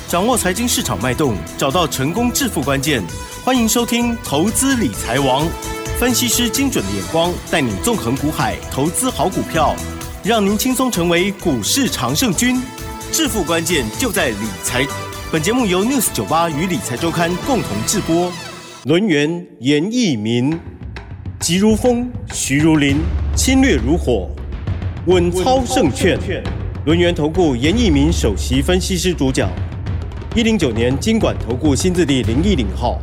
掌握财经市场脉动，找到成功致富关键。欢迎收听《投资理财王》，分析师精准的眼光，带你纵横股海，投资好股票，让您轻松成为股市常胜军。致富关键就在理财。本节目由 News98 与理财周刊共同制播。轮源严义民，急如风，徐如林，侵略如火，稳操胜券。轮源投顾严义民首席分析师主讲。109年金管投顾新字第010号。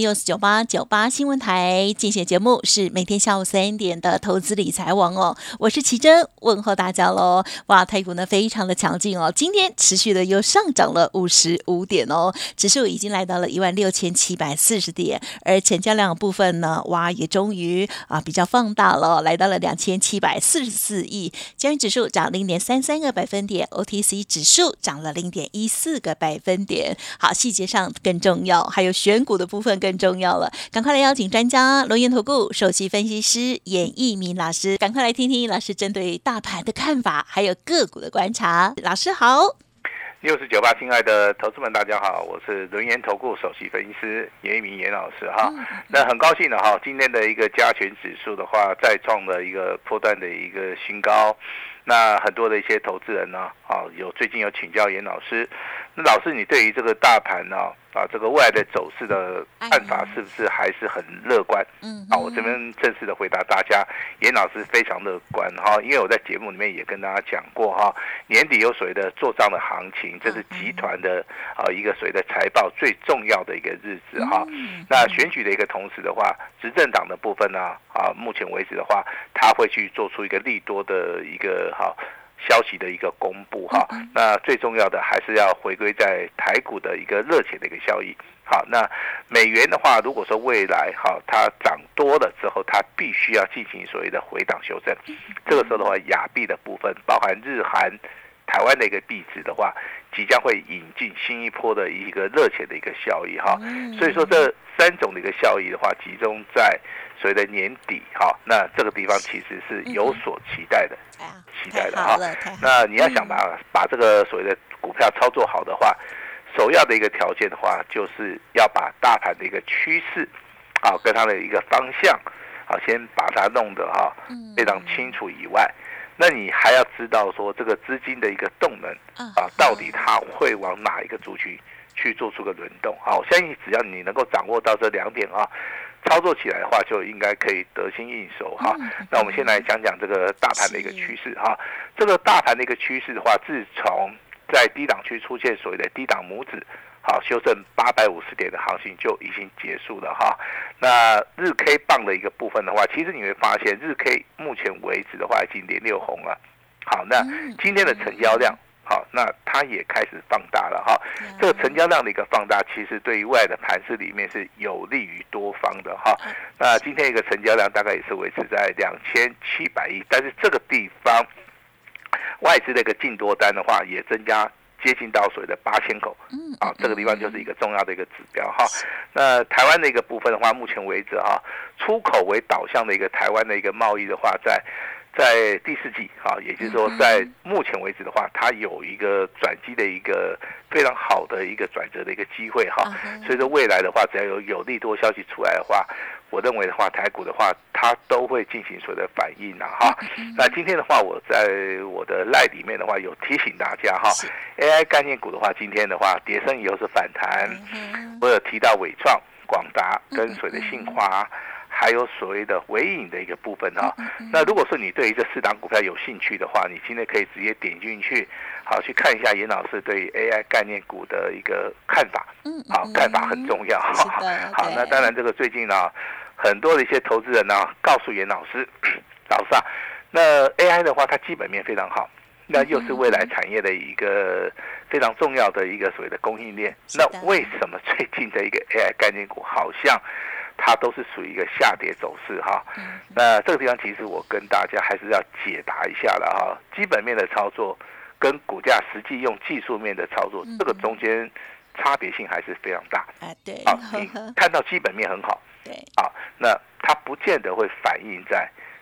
News98 新闻台进行节目是每天下午3点的投资理财网哦，我是奇珍，问候大家喽。哇，台股呢非常的强劲哦，今天持续的又上涨了55点哦，指数已经来到了16740点，而成交量的部分呢，哇也终于比较放大了，来到了2744亿，加权指数涨0.33个百分点 ，OTC 指数涨了0.14个百分点。好，细节上更重要，还有选股的部分更重要了，赶快来邀请专家轮源投顾首席分析师严义民老师，赶快来听听老师针对大盘的看法，还有个股的观察。老师好。 News98亲爱的投资们大家好，我是轮源投顾首席分析师严义民严老师哈。那很高兴的哈，今天的一个加权指数的话再创了一个波段的一个新高。那很多的一些投资人呢，最近有请教严老师，那老师你对于这个大盘呢，这个未来的走势的看法是不是还是很乐观？我这边正式的回答大家，严老师非常乐观哈，因为我在节目里面也跟大家讲过哈，年底有所谓的做账的行情，这是集团的一个所谓的财报最重要的一个日子哈。那选举的一个同时的话，执政党的部分呢，目前为止的话，他会去做出一个利多的一个消息的一个公布哈，那最重要的还是要回归在台股的一个热钱的一个效益。好，那美元的话，如果说未来它涨多了之后，它必须要进行所谓的回档修正。这个时候的话，亚币的部分，包含日韩、台湾的一个币值的话，即将会引进新一波的一个热钱的一个效益哈。所以说这3种的一个效益的话，集中在所谓的年底哈，那这个地方其实是有所期待的，哈。那你要想把这个所谓的股票操作好的话，首要的一个条件的话，就是要把大盘的一个趋势跟它的一个方向先把它弄得非常清楚以外，那你还要知道说这个资金的一个动能到底它会往哪一个族群去做出个轮动。我相信只要你能够掌握到这2点操作起来的话，就应该可以得心应手哈。那我们先来讲讲这个大盘的一个趋势哈。这个大盘的一个趋势的话，自从在低档区出现所谓的低档拇指，修正850点的行情就已经结束了哈。那日 K 棒的一个部分的话，其实你会发现日 K 目前为止的话已经连6红了。好，那今天的成交量。好，那它也开始放大了哈。这个成交量的一个放大，其实对于未来的盘势里面是有利于多方的哈。那今天一个成交量大概也是维持在2700亿，但是这个地方外资的一个净多单的话，也增加接近到所谓的8000口。这个地方就是一个重要的一个指标哈。那台湾的一个部分的话，目前为止出口为导向的一个台湾的一个贸易的话，在第4季也就是说在目前为止的话，它有一个转机的一个非常好的一个转折的一个机会哈。所以说未来的话，只要有利多消息出来的话，我认为的话，台股的话，它都会进行所谓的反应哈。那今天的话，我在我的 LINE 里面的话，有提醒大家哈 ，AI 概念股的话，今天的话，跌升以后是反弹。我有提到伟创、广达跟所谓的信华。还有所谓的微影的一个部分哈。那如果说你对于这4档股票有兴趣的话，你今天可以直接点进去，去看一下严老师对于 AI 概念股的一个看法。看法很重要。好，那当然这个最近呢，很多的一些投资人呢，告诉严老师，老师那 AI 的话，它基本面非常好，那又是未来产业的一个非常重要的一个所谓的供应链。那为什么最近的一个 AI 概念股好像它都是属于一个下跌走势哈？那这个地方其实我跟大家还是要解答一下了哈。基本面的操作跟股价实际用技术面的操作，这个中间差别性还是非常大。 对， 你看到基本面很好， 对， 那它不见得会反映在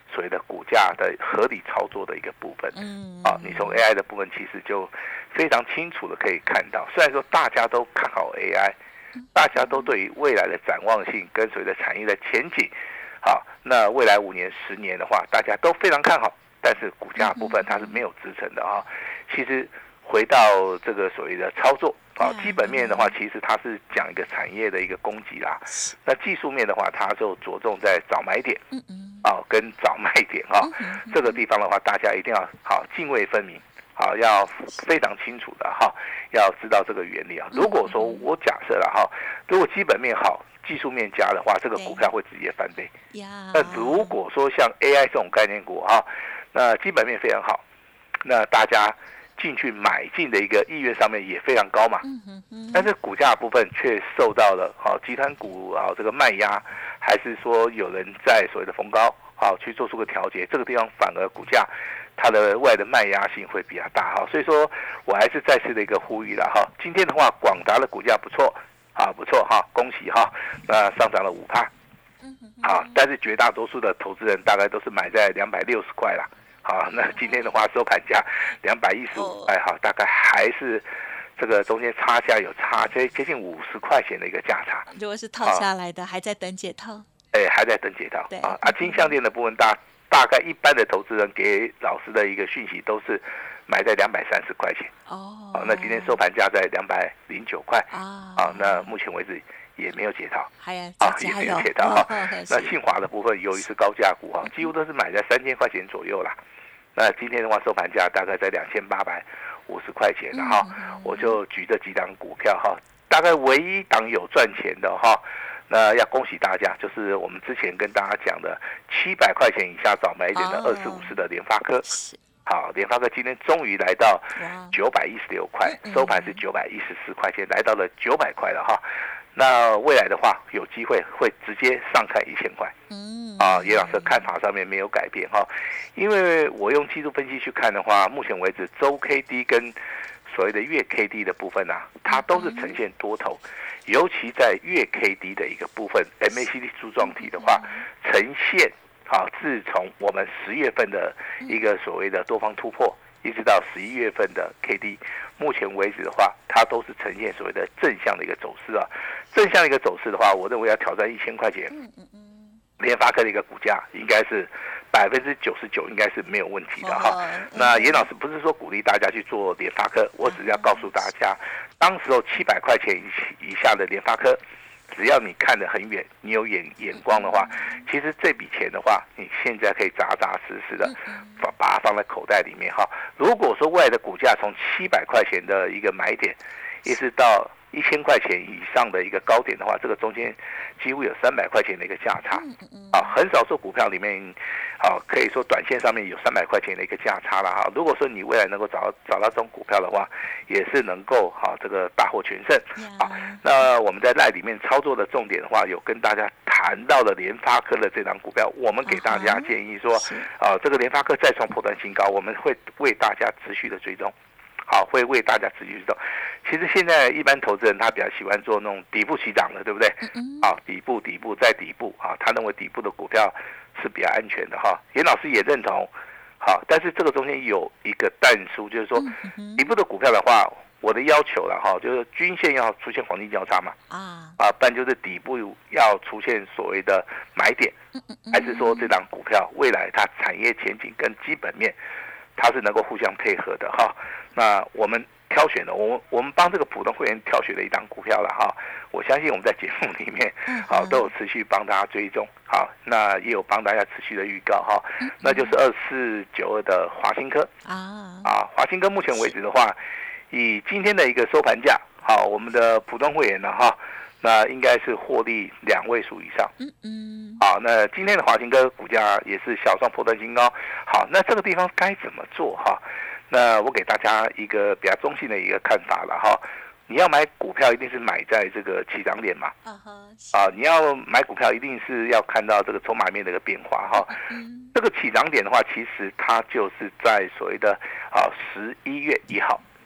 所谓的股价的合理操作的一个部分。你从 AI 的部分其实就非常清楚的可以看到，虽然说大家都看好 AI， 大家都对于未来的展望性跟所谓的产业的前景，那未来5年、10年的话，大家都非常看好，但是股价部分它是没有支撑的其实回到这个所谓的操作基本面的话，其实它是讲一个产业的一个供给啦。那技术面的话，它就着重在找买点，跟找卖点这个地方的话，大家一定要泾渭分明，要非常清楚的要知道这个原理如果说我假设了如果基本面好，技术面佳的话，这个股票会直接翻倍。那如果说像 AI 这种概念股那基本面非常好，那大家进去买进的一个意愿上面也非常高嘛，但是股价部分却受到了集团股这个卖压，还是说有人在所谓的逢高去做出个调节，这个地方反而股价它的外的卖压性会比较大所以说我还是再次的一个呼吁了今天的话，广达的股价不错不错恭喜那上涨了5%，但是绝大多数的投资人大概都是买在260块啦。那今天的话收盘价215块大概还是这个中间差价有差接近50块钱的一个价差。 如果是套下来的，还在等解套。 还在等解套。金项链的部分大概一般的投资人给老师的一个讯息都是买在230块钱。那今天收盘价在209块。那目前为止也没有解套，也没有解套那信华的部分由于是高价股几乎都是买在3000块钱左右啦。那今天的话收盘价大概在2850块钱我就举这几档股票大概唯一档有赚钱的那要恭喜大家，就是我们之前跟大家讲的700块钱以下找买点的2454的联发科。联发科今天终于来到916块，收盘是914块钱，来到了900块了那未来的话，有机会会直接上看1000块。叶老师看法上面没有改变因为我用技术分析去看的话，目前为止周 K D 跟所谓的月 K D 的部分它都是呈现多头，尤其在月 K D 的一个部分 ，MACD 柱状体的话呈现自从我们10月份的一个所谓的多方突破，一直到11月份的 K D， 目前为止的话，它都是呈现所谓的正向的一个走势正向的一个走势的话，我认为要挑战1000块钱，联发科的一个股价应该是99%应该是没有问题的那严老师不是说鼓励大家去做联发科，我只是要告诉大家，当时候700块钱以下的联发科，只要你看得很远，你有眼光的话，其实这笔钱的话，你现在可以扎扎实实的把它放在口袋里面如果说未来的股价从700块钱的一个买点，一直到1000块钱以上的一个高点的话，这个中间几乎有300块钱的一个价差很少做股票里面可以说短线上面有300块钱的一个价差了如果说你未来能够找到这种股票的话，也是能够这个大获全胜那我们在LINE里面操作的重点的话，有跟大家谈到了联发科的这档股票，我们给大家建议说这个联发科再创波段新高，我们会为大家持续的追踪会为大家持续走。其实现在一般投资人他比较喜欢做那种底部起涨的，对不对？底部再底部他认为底部的股票是比较安全的严老师也认同但是这个中间有一个但书，就是说底部的股票的话，我的要求了就是均线要出现黄金交叉嘛不然就是底部要出现所谓的买点，还是说这档股票未来它产业前景跟基本面它是能够互相配合的那我们挑选的，我们帮这个普通会员挑选了一档股票了我相信我们在节目里面都有持续帮大家追踪那也有帮大家持续的预告那就是2492的华新科华新科目前为止的话，以今天的一个收盘价我们的普通会员呢那应该是获利2位数以上那今天的华新科股价也是小创波段新高那这个地方该怎么做那我给大家一个比较中性的一个看法了你要买股票一定是买在这个起涨点嘛你要买股票一定是要看到这个筹码面的一个变化这个起涨点的话，其实它就是在所谓的11月1号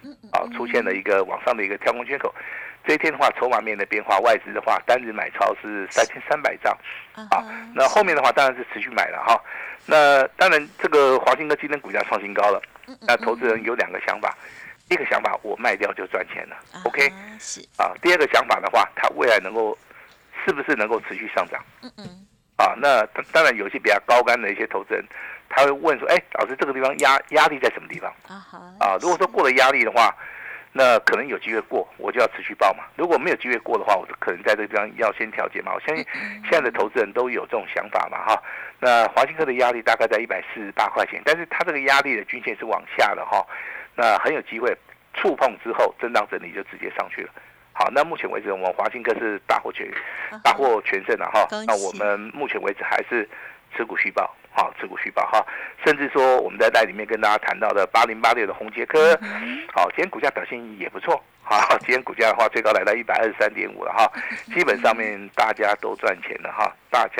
出现了一个往上的一个跳空缺口。这一天的话，筹码面的变化，外资的话单日买超是3300张，那后面的话当然是持续买了哈。那当然，这个华新科今天股价创新高了，那投资人有2个想法，第一个想法我卖掉就赚钱了 ，OK， 第二个想法的话，它未来是不是能够持续上涨？那当然有一些比较高竿的一些投资人，他会问说，老师这个地方压力在什么地方？如果说过了压力的话，那可能有机会过，我就要持续报嘛。如果没有机会过的话，我可能在这个地方要先调节嘛。我相信现在的投资人都有这种想法嘛，哈。那华新科的压力大概在148块钱，但是它这个压力的均线是往下的哈，那很有机会触碰之后震荡整理就直接上去了。好，那目前为止我们华新科是大获全胜了哈。那我们目前为止还是持股续报。持股续报哈，甚至说我们在里面跟大家谈到的8086的宏捷科，今天股价表现也不错，今天股价的话最高来到123.5了哈，基本上面大家都赚钱了哈，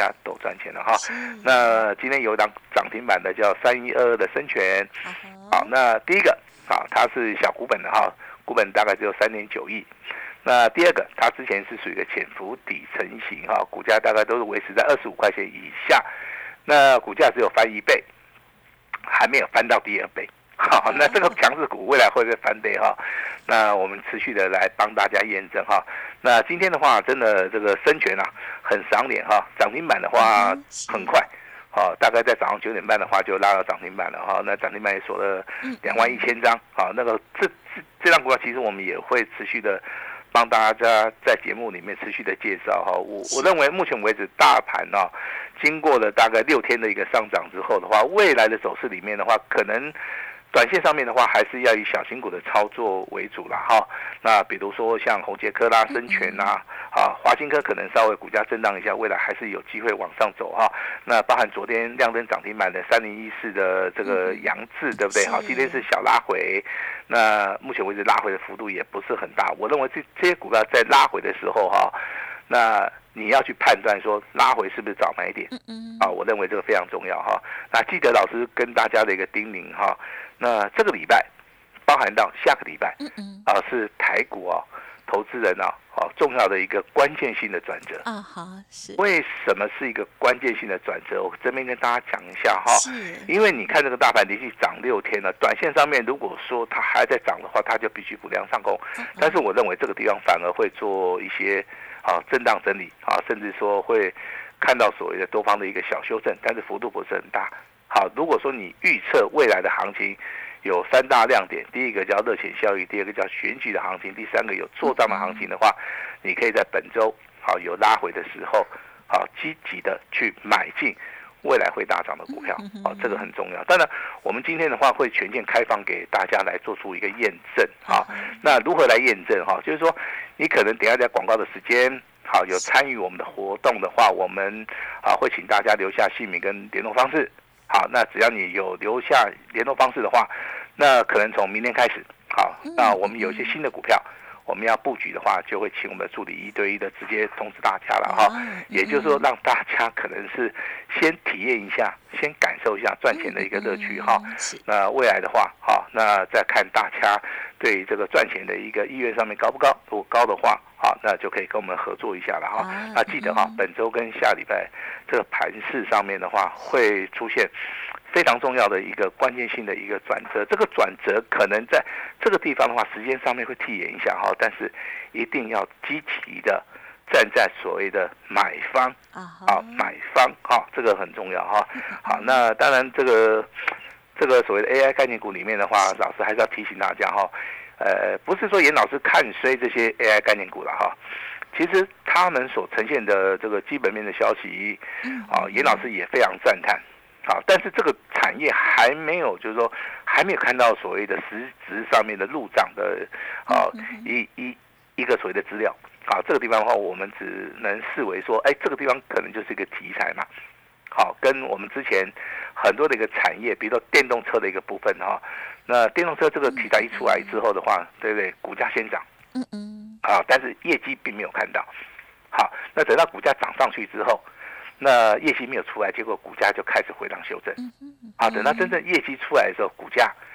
那今天有档涨停板的叫3122的深全，那第一个它是小股本的哈，股本大概只有3.9亿。那第二个，它之前是属于一个潜伏底成型哈，股价大概都是维持在25块钱以下。那股价只有翻1倍，还没有翻到第2倍。好，那这个强势股未来会不会翻倍哈？那我们持续的来帮大家验证哈。那今天的话，真的这个深全很赏脸哈，涨停板的话很快，大概在早上9点半的话就拉到涨停板了哈。那涨停板也锁了21000张，那个这张股票其实我们也会持续的帮大家在节目里面持续的介绍哈。我认为目前为止大盘经过了大概6天的一个上涨之后的话，未来的走势里面的话，可能短线上面的话，还是要以小型股的操作为主啦哈。那比如说像宏捷科啦、深全啦，华新科可能稍微股价震荡一下，未来还是有机会往上走哈。那包含昨天亮灯涨停板的3014的这个扬智，对不对？今天是小拉回，那目前为止拉回的幅度也不是很大。我认为这些股票在拉回的时候那你要去判断说拉回是不是早买点，我认为这个非常重要哈。那记得老师跟大家的一个叮咛哈。那这个礼拜，包含到下个礼拜，是台股投资人重要的一个关键性的转折是为什么是一个关键性的转折？我这边跟大家讲一下哈。因为你看这个大盘连续涨6天了，短线上面如果说它还在涨的话，它就必须补量上攻。但是我认为这个地方反而会做一些震荡整理甚至说会看到所谓的多方的一个小修正，但是幅度不是很大。好，如果说你预测未来的行情有3大亮点，第一个叫热钱效应，第二个叫选举的行情，第三个有做账的行情的话，你可以在本周有拉回的时候积极的去买进未来会大涨的股票这个很重要。当然我们今天的话会全线开放给大家来做出一个验证那如何来验证就是说你可能等一下在广告的时间有参与我们的活动的话，我们会请大家留下姓名跟联络方式。好，那只要你有留下联络方式的话，那可能从明天开始，那我们有一些新的股票，我们要布局的话，就会请我们的助理1对1的直接通知大家了也就是说，让大家可能是先体验一下，先感受一下赚钱的一个乐趣那未来的话，那再看大家对这个赚钱的一个意愿上面高不高？如果高的话，那就可以跟我们合作一下了那记得本周跟下礼拜这个盘势上面的话，会出现非常重要的一个关键性的一个转折。这个转折可能在这个地方的话，时间上面会递延一下但是一定要积极的站在所谓的买方买方这个很重要好，那当然这个所谓的 AI 概念股里面的话，老师还是要提醒大家不是说严老师看衰这些 AI 概念股了其实他们所呈现的这个基本面的消息严老师也非常赞叹但是这个产业还没有，就是说还没有看到所谓的实质上面的入账的一个所谓的资料这个地方的话，我们只能视为说这个地方可能就是一个题材嘛跟我们之前很多的一个产业，比如说电动车的一个部分那电动车这个题材一出来之后的话，对不对？股价先涨但是业绩并没有看到那等到股价涨上去之后，那业绩没有出来，结果股价就开始回档修正等到真正业绩出来的时候，股价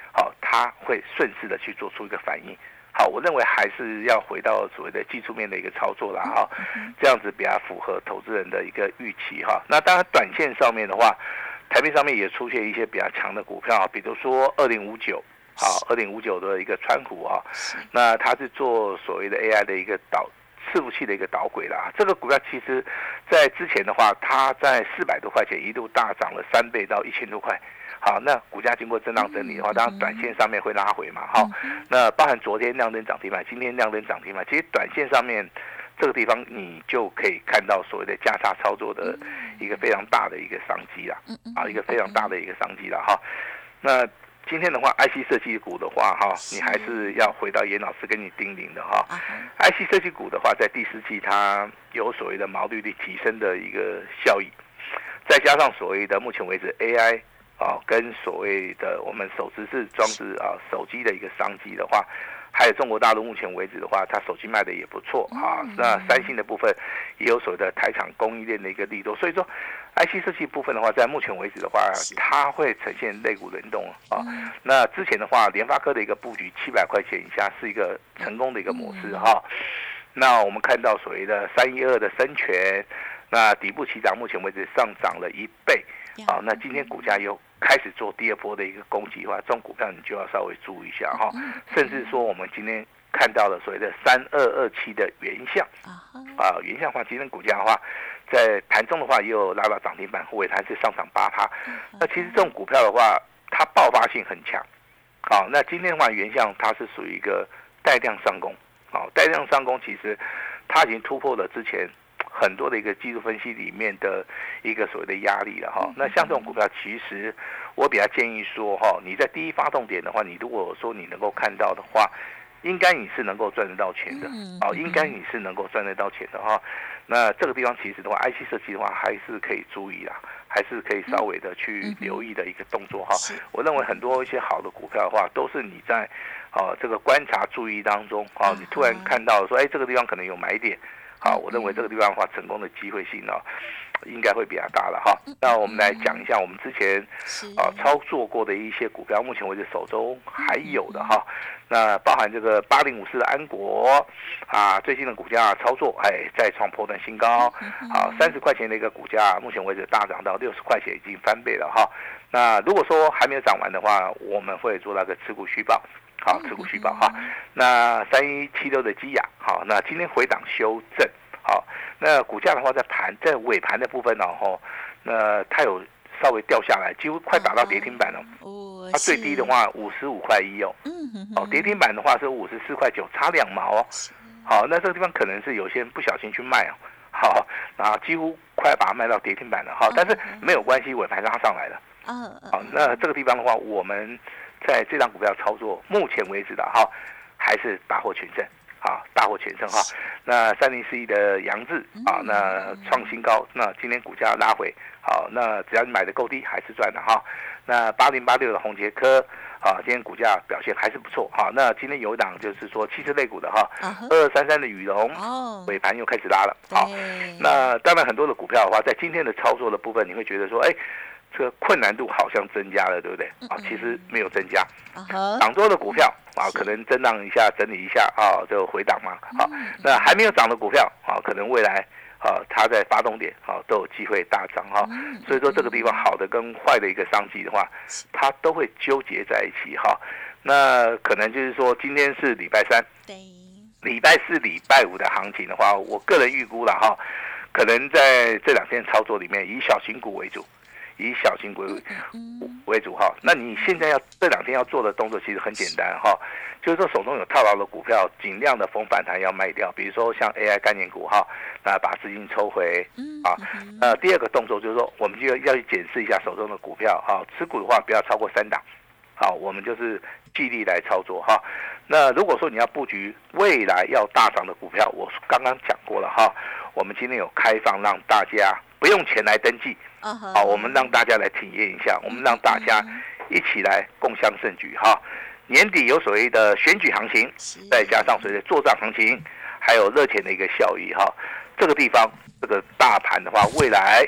它会顺势的去做出一个反应。好，我认为还是要回到所谓的技术面的一个操作啦哈，这样子比较符合投资人的一个预期哈。那当然短线上面的话，台币上面也出现一些比较强的股票，比如说2059，好，2059的一个川股啊，那它是做所谓的 AI 的一个伺服器的一个导轨啦。这个股票其实在之前的话，它在400多块钱一度大涨了3倍到1000多块。好，那股价经过震荡整理的话，当然短线上面会拉回嘛。好，那包含昨天亮灯涨停板，今天亮灯涨停板，其实短线上面这个地方你就可以看到所谓的价差操作的一个非常大的一个商机啦，啊，一个非常大的一个商机啦。哈，那今天的话 ，IC 设计股的话，哈，你还是要回到严老师跟你叮咛的哈。IC 设计股的话，在第四季它有所谓的毛利率提升的一个效益，再加上所谓的目前为止 AI。跟所谓的我们手持式装置手机的一个商机的话，还有中国大陆目前为止的话，它手机卖的也不错啊。那三星的部分也有所谓的台厂供应链的一个力度，所以说 IC 设计部分的话，在目前为止的话，它会呈现类股轮动啊。那之前的话，联发科的一个布局700块钱以下是一个成功的一个模式哈。那我们看到所谓的312的深全，那底部起涨，目前为止上涨了1倍。好，那今天股价又开始做第二波的一个攻击的话，这种股票你就要稍微注意一下哈。甚至说我们今天看到了所谓的3227的原相原相的话，今天股价的话，在盘中的话也有拉到涨停板，尾盘是上涨8%。那其实这种股票的话，它爆发性很强。好，那今天的话，原相它是属于一个带量上攻。好，带量上攻其实它已经突破了之前很多的一个技术分析里面的一个所谓的压力了哈。那像这种股票，其实我比较建议说哈，你在第一发动点的话，你如果说你能够看到的话，应该你是能够赚得到钱的，应该你是能够赚得到钱的哈。那这个地方其实的话 ，IC 设计的话还是可以注意啦，还是可以稍微的去留意的一个动作哈。我认为很多一些好的股票的话，都是你在这个观察注意当中你突然看到说，这个地方可能有买点。好，我认为这个地方的话，成功的机会性应该会比较大了哈。那我们来讲一下我们之前操作过的一些股票，目前为止手中还有的哈。那包含这个8054的安国最近的股价操作再创波段新高，好30块钱的一个股价，目前为止大涨到60块钱，已经翻倍了哈。那如果说还没有涨完的话，我们会做那个持股续报。好，持股续报哈。那3176的基亚，好，那今天回档修正，好，那股价的话，在尾盘的部分那它有稍微掉下来，几乎快打到跌停板了。它最低的话55块1跌停板的话是54块9，差2毛哦。好，那这个地方可能是有些人不小心去卖好，然后几乎快把它卖到跌停板了哈，但是没有关系，尾盘拉上来了。好，那这个地方的话，我们在这张股票操作，目前为止的还是大获全胜，大获全胜哈。那3041的扬智那创新高，那今天股价拉回，好，那只要你买的够低，还是赚的哈。那8086的宏捷科今天股价表现还是不错哈。那今天有一档就是说汽车类股的2233的羽绒，尾盘又开始拉了。好，那当然很多的股票的话，在今天的操作的部分，你会觉得说，这个困难度好像增加了，对不对？其实没有增加。涨多的股票可能震荡一下，整理一下就回档嘛。好，那还没有涨的股票可能未来它在发动点都有机会大涨哈。所以说这个地方好的跟坏的一个商机的话，它都会纠结在一起哈。那可能就是说今天是礼拜3，礼拜4、礼拜5的行情的话，我个人预估了哈，可能在这2天操作里面以小型股为主。以小型股为主哈，那你现在这2天要做的动作其实很简单哈，就是说手中有套牢的股票，尽量的逢反弹要卖掉，比如说像 AI 概念股那把资金抽回第二个动作就是说，我们就要去检视一下手中的股票持股的话不要超过3档，好，我们就是纪律来操作哈。那如果说你要布局未来要大涨的股票，我刚刚讲过了哈，我们今天有开放让大家不用钱来登记。好，我们让大家来体验一下，我们让大家一起来共襄盛举哈。年底有所谓的选举行情，再加上所谓的作战行情，还有热钱的一个效益哈。这个地方这个大盘的话，未来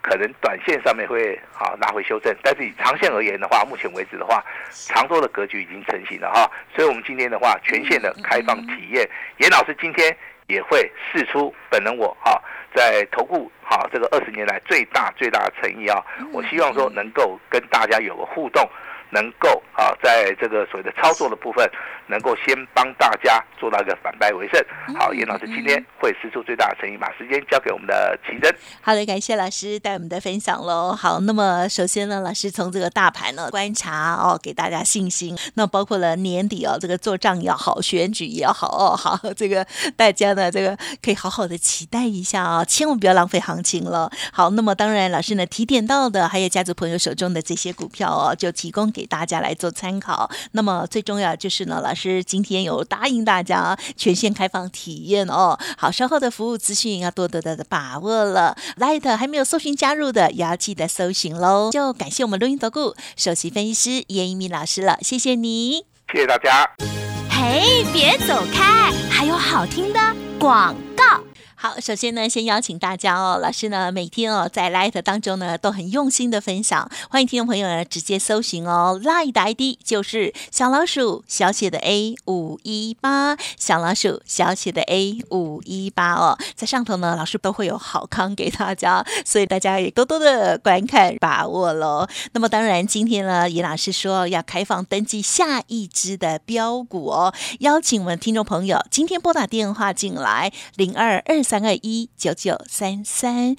可能短线上面会拉回修正，但是以长线而言的话，目前为止的话，长多的格局已经成型了哈。所以我们今天的话，全线的开放体验，严老师今天也会释出本人我在投顾这个20年来最大的诚意我希望说能够跟大家有个互动，能够在这个所谓的操作的部分，能够先帮大家做到一个反败为胜。好，严老师今天会释出最大的诚意，把时间交给我们的奇珍。 好的，感谢老师带我们的分享喽。好，那么首先呢，老师从这个大盘呢观察给大家信心。那包括了年底这个做账也好，选举也好好，这个大家呢这个可以好好的期待一下千万不要浪费行情了。好，那么当然老师呢提点到的，还有家族朋友手中的这些股票就提供给大家来做参考。那么最重要就是呢，老师今天有答应大家全线开放体验好，稍后的服务资讯要多多的把握了。Light 还没有搜寻加入的，也要记得搜寻喽。就感谢我们录音投顾首席分析师严一鸣老师了，谢谢你， 谢谢大家。 嘿，别走开，还有好听的广告。 好，首先呢，先邀请大家老师呢每天在 Light 当中呢都很用心的分享，欢迎听众朋友呢直接搜寻Light 的 ID 就是小老鼠小写的 A518， 小老鼠小写的 A518在上头呢老师都会有好康给大家，所以大家也多多的观看把握咯。那么当然今天呢严老师说要开放登记下一支的标股邀请我们听众朋友今天拨打电话进来0223219933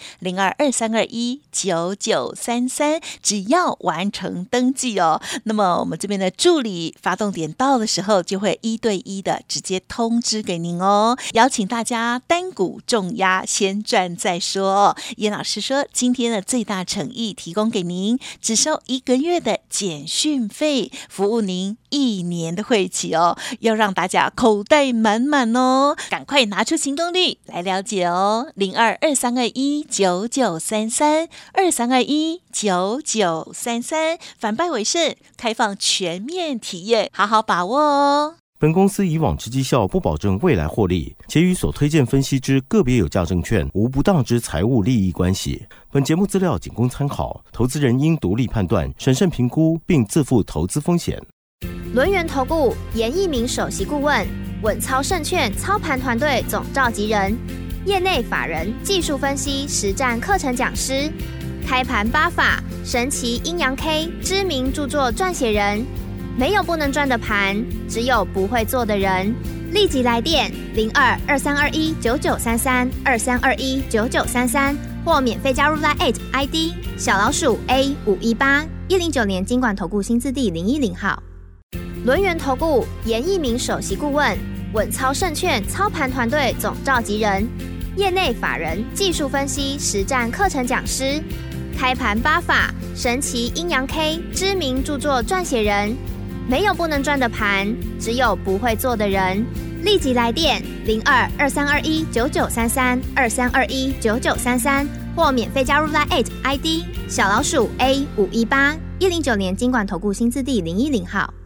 0223219933，只要完成登记那么我们这边的助理发动点到的时候就会1对1的直接通知给您邀请大家单股重压，先赚再说严老师说今天的最大诚意提供给您，只收1个月的简讯费，服务您1年的会期要让大家口袋满满赶快拿出行动力来了解0223219933 23219933，反败为胜，开放全面体验，好好把握本公司以往之绩效不保证未来获利，且与所推荐分析之个别有价证券无不当之财务利益关系。本节目资料仅供参考，投资人应独立判断、审慎评估，并自负投资风险。 轮源投顾严一鸣首席顾问，稳操胜券操盘团队总召集人，业内法人技术分析实战课程讲师，开盘8法神奇阴阳 K 知名著作撰写人。没有不能赚的盘，只有不会做的人。立即来电0223219933 23219933，或免费加入 LINE@ ID 小老鼠 A518， 109年金管投顾新字第010号。轮源投顾严一鸣首席顾问，稳操胜券操盘团队总召集人，业内法人技术分析实战课程讲师，开盘8法神奇阴阳 K 知名著作撰写人。没有不能赚的盘，只有不会做的人。立即来电0223219933 23219933，或免费加入 LINE@ ID 小老鼠 A518， 109年金管投顾新字第010号。